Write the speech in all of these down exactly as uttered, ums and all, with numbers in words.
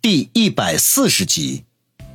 第一百四十集。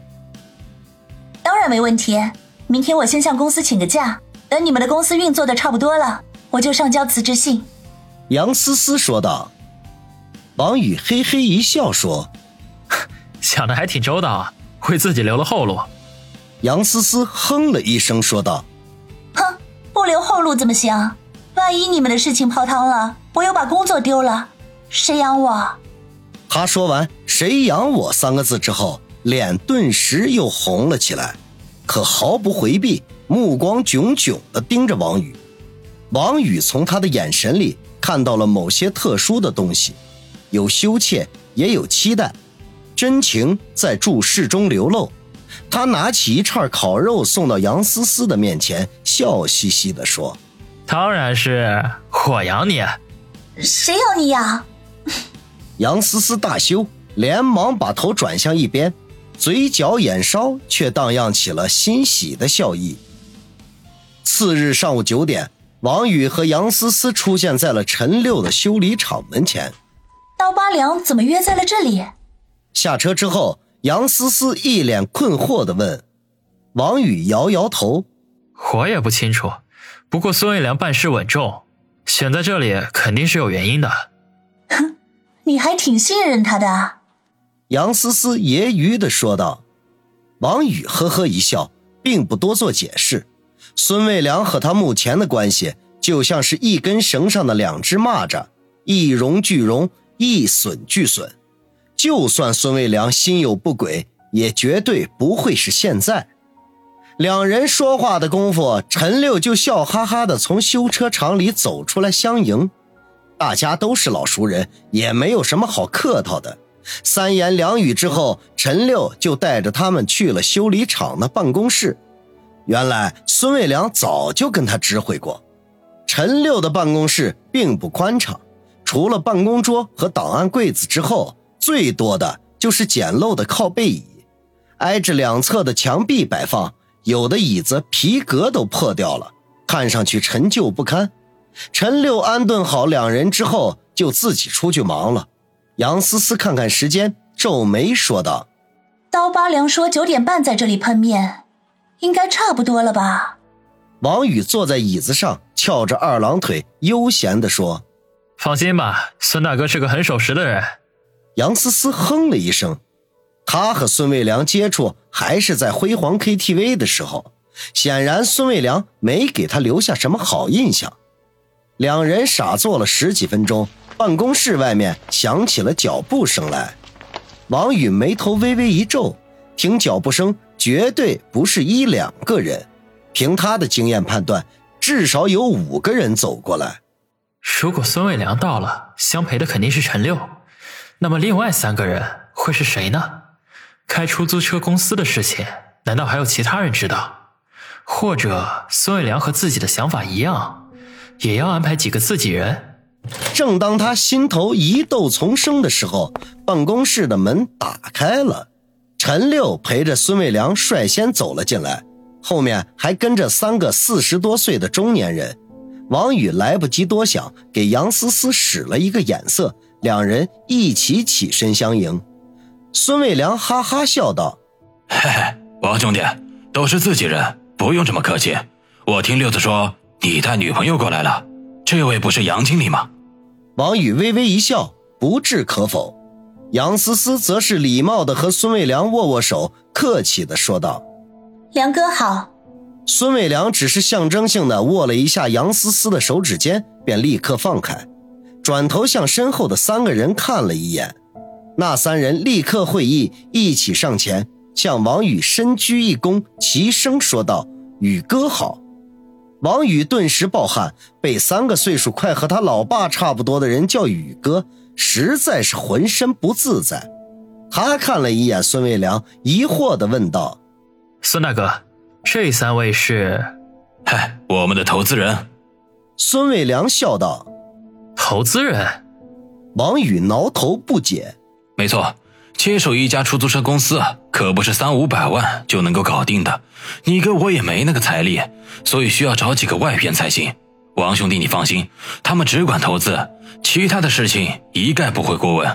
当然没问题，明天我先向公司请个假，等你们的公司运作的差不多了，我就上交辞职信。 杨思思说道。王宇嘿嘿一笑说， 想得还挺周到啊，为自己留了后路。 杨思思哼了一声说道， 哼，不留后路怎么行？万一你们的事情泡汤了，我又把工作丢了，谁养我？ 他说完谁养我三个字之后，脸顿时又红了起来，可毫不回避，目光炯炯地盯着王宇。王宇从他的眼神里看到了某些特殊的东西，有羞怯也有期待，真情在注视中流露。他拿起一串烤肉送到杨思思的面前，笑嘻嘻地说， 当然是我养你。 谁养你呀？ 杨思思大羞，连忙把头转向一边，嘴角眼梢却荡漾起了欣喜的笑意。次日上午九点，王宇和杨思思出现在了陈六的修理厂门前。 刀疤良怎么约在了这里？ 下车之后，杨思思一脸困惑地问。王宇摇摇头， 我也不清楚，不过孙卫良办事稳重，选在这里肯定是有原因的。 哼，你还挺信任他的。 杨思思揶揄地说道。王宇呵呵一笑，并不多做解释。孙卫良和他目前的关系就像是一根绳上的两只蚂蚱，一荣俱荣，一损俱损。就算孙卫良心有不轨，也绝对不会是现在。两人说话的功夫，陈六就笑哈哈地从修车厂里走出来相迎。大家都是老熟人，也没有什么好客套的。三言两语之后，陈六就带着他们去了修理厂的办公室。原来孙卫良早就跟他知会过，陈六的办公室并不宽敞，除了办公桌和档案柜子之后，最多的就是简陋的靠背椅，挨着两侧的墙壁摆放，有的椅子皮革都破掉了，看上去陈旧不堪。陈六安顿好两人之后，就自己出去忙了。杨思思看看时间，皱眉说道， 刀疤良说九点半在这里碰面，应该差不多了吧？ 王宇坐在椅子上，翘着二郎腿，悠闲地说， 放心吧，孙大哥是个很守时的人。 杨思思哼了一声，他和孙卫良接触还是在辉煌 K T V 的时候，显然孙卫良没给他留下什么好印象。两人傻坐了十几分钟，办公室外面响起了脚步声来。王宇眉头微微一皱，听脚步声绝对不是一两个人，凭他的经验判断，至少有五个人走过来。 如果孙卫良到了，相陪的肯定是陈六，那么另外三个人会是谁呢？开出租车公司的事情，难道还有其他人知道？或者孙卫良和自己的想法一样，也要安排几个自己人？ 正当他心头疑窦丛生的时候，办公室的门打开了，陈六陪着孙卫良率先走了进来，后面还跟着三个四十多岁的中年人。王宇来不及多想，给杨思思使了一个眼色，两人一起起身相迎。孙卫良哈哈笑道， 嘿嘿，王兄弟，都是自己人，不用这么客气。我听六子说你带女朋友过来了，这位不是杨经理吗？ 王宇微微一笑，不置可否。杨思思则是礼貌地和孙卫良握握手，客气地说道， 梁哥好。 孙卫良只是象征性地握了一下杨思思的手指尖，便立刻放开，转头向身后的三个人看了一眼。那三人立刻会意，一起上前向王宇深鞠一躬，齐声说道，宇哥好。王宇顿时暴汗，被三个岁数快和他老爸差不多的人叫宇哥，实在是浑身不自在。他看了一眼孙卫良，疑惑地问道， 孙大哥，这三位是？ 嗨，我们的投资人。 孙卫良笑道， 投资人？ 王宇挠头不解， 没错，接手一家出租车公司可不是三五百万就能够搞定的，你哥我也没那个财力，所以需要找几个外援才行。王兄弟你放心，他们只管投资，其他的事情一概不会过问。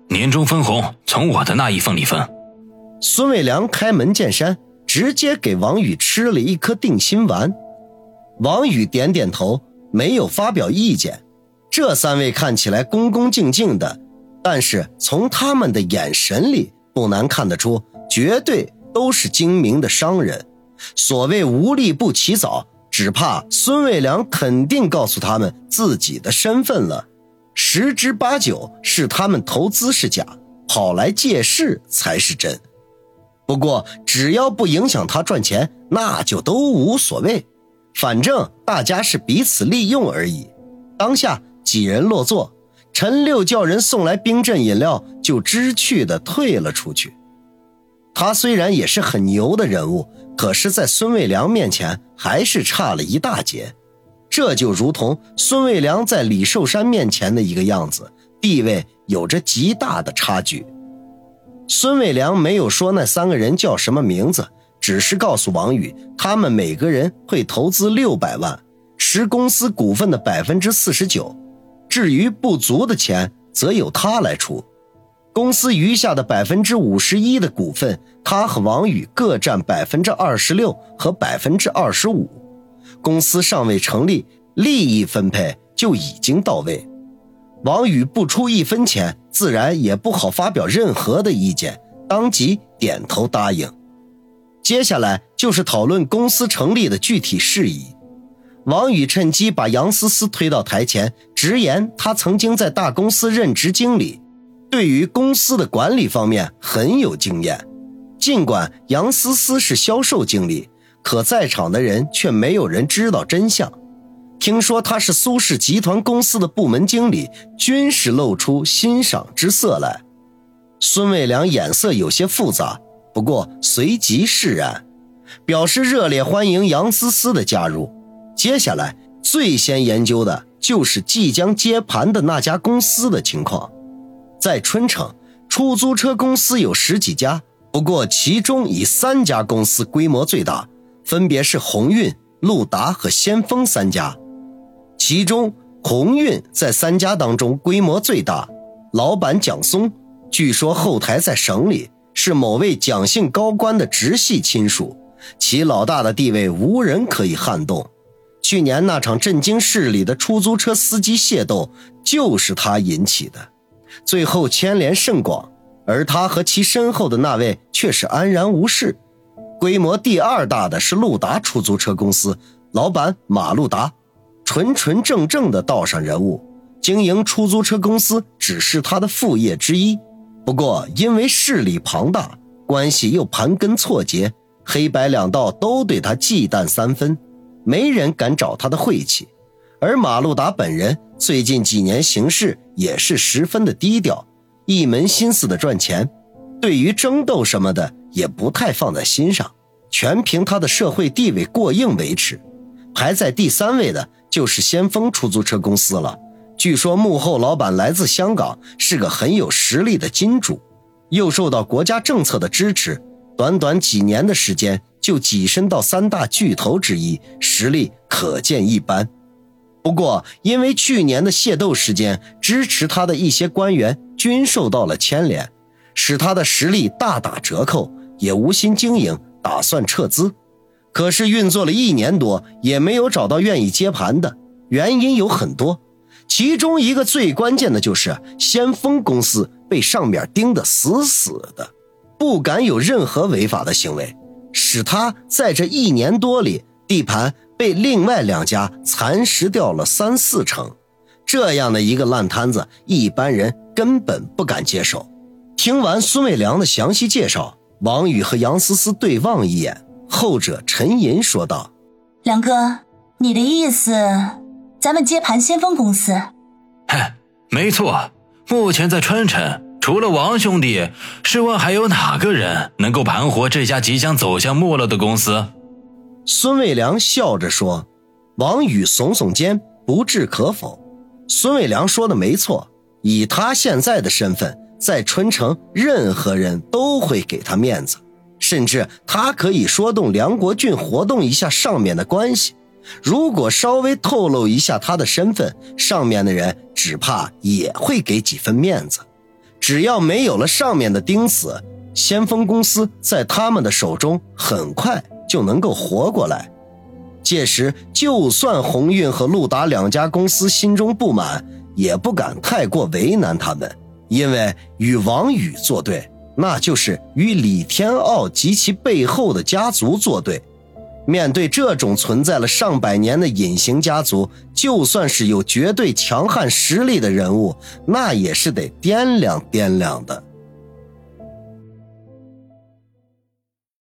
年终分红从我的那一份里分。 孙卫良开门见山，直接给王宇吃了一颗定心丸。王宇点点头，没有发表意见。这三位看起来恭恭敬敬的，但是从他们的眼神里不难看得出，绝对都是精明的商人。所谓无利不起早，只怕孙卫良肯定告诉他们自己的身份了，十之八九是他们投资是假，跑来借势才是真。不过只要不影响他赚钱，那就都无所谓，反正大家是彼此利用而已。当下几人落座，陈六叫人送来冰镇饮料，就知趣地退了出去。他虽然也是很牛的人物，可是在孙卫良面前还是差了一大截。这就如同孙卫良在李寿山面前的一个样子，地位有着极大的差距。孙卫良没有说那三个人叫什么名字，只是告诉王宇，他们每个人会投资六百万，持公司股份的 百分之四十九， 至于不足的钱则由他来出。公司余下的 百分之五十一 的股份，他和王宇各占 百分之二十六 和 百分之二十五。 公司尚未成立，利益分配就已经到位。王宇不出一分钱，自然也不好发表任何的意见，当即点头答应。接下来就是讨论公司成立的具体事宜。王宇趁机把杨思思推到台前，直言他曾经在大公司任职经理，对于公司的管理方面很有经验。尽管杨思思是销售经理，可在场的人却没有人知道真相。听说他是苏氏集团公司的部门经理，均是露出欣赏之色来。孙卫良眼色有些复杂，不过随即释然，表示热烈欢迎杨思思的加入。接下来最先研究的就是即将接盘的那家公司的情况。在春城，出租车公司有十几家，不过其中以三家公司规模最大，分别是鸿运、路达和先锋三家。其中鸿运在三家当中规模最大，老板蒋松据说后台在省里，是某位蒋姓高官的直系亲属，其老大的地位无人可以撼动。去年那场震惊市里的出租车司机械斗就是他引起的，最后牵连甚广，而他和其身后的那位却是安然无事。规模第二大的是路达出租车公司，老板马路达，纯纯正正的道上人物，经营出租车公司只是他的副业之一。不过因为势力庞大，关系又盘根错节，黑白两道都对他忌惮三分，没人敢找他的晦气。而马路达本人最近几年行事也是十分的低调，一门心思的赚钱，对于争斗什么的也不太放在心上，全凭他的社会地位过硬维持。排在第三位的就是先锋出租车公司了，据说幕后老板来自香港，是个很有实力的金主，又受到国家政策的支持，短短几年的时间就跻身到三大巨头之一，实力可见一斑。不过因为去年的械斗事件，支持他的一些官员均受到了牵连，使他的实力大打折扣，也无心经营，打算撤资。可是运作了一年多，也没有找到愿意接盘的，原因有很多，其中一个最关键的就是先锋公司被上面盯得死死的，不敢有任何违法的行为，使他在这一年多里地盘被另外两家蚕食掉了三四成。这样的一个烂摊子，一般人根本不敢接受。听完孙卫良的详细介绍，王宇和杨思思对望一眼，后者沉吟说道： 梁哥，你的意思咱们接盘先锋公司？ 嘿，没错，目前在春城除了王兄弟，试问还有哪个人能够盘活这家即将走向没落的公司？ 孙卫良笑着说。王宇耸耸肩，不置可否。孙卫良说的没错，以他现在的身份，在春城任何人都会给他面子，甚至他可以说动梁国俊活动一下上面的关系。如果稍微透露一下他的身份，上面的人只怕也会给几分面子。 只要没有了上面的钉死，先锋公司在他们的手中很快就能够活过来。届时就算鸿运和陆达两家公司心中不满，也不敢太过为难他们，因为与王宇作对，那就是与李天傲及其背后的家族作对。面对这种存在了上百年的隐形家族，就算是有绝对强悍实力的人物，那也是得掂量掂量的。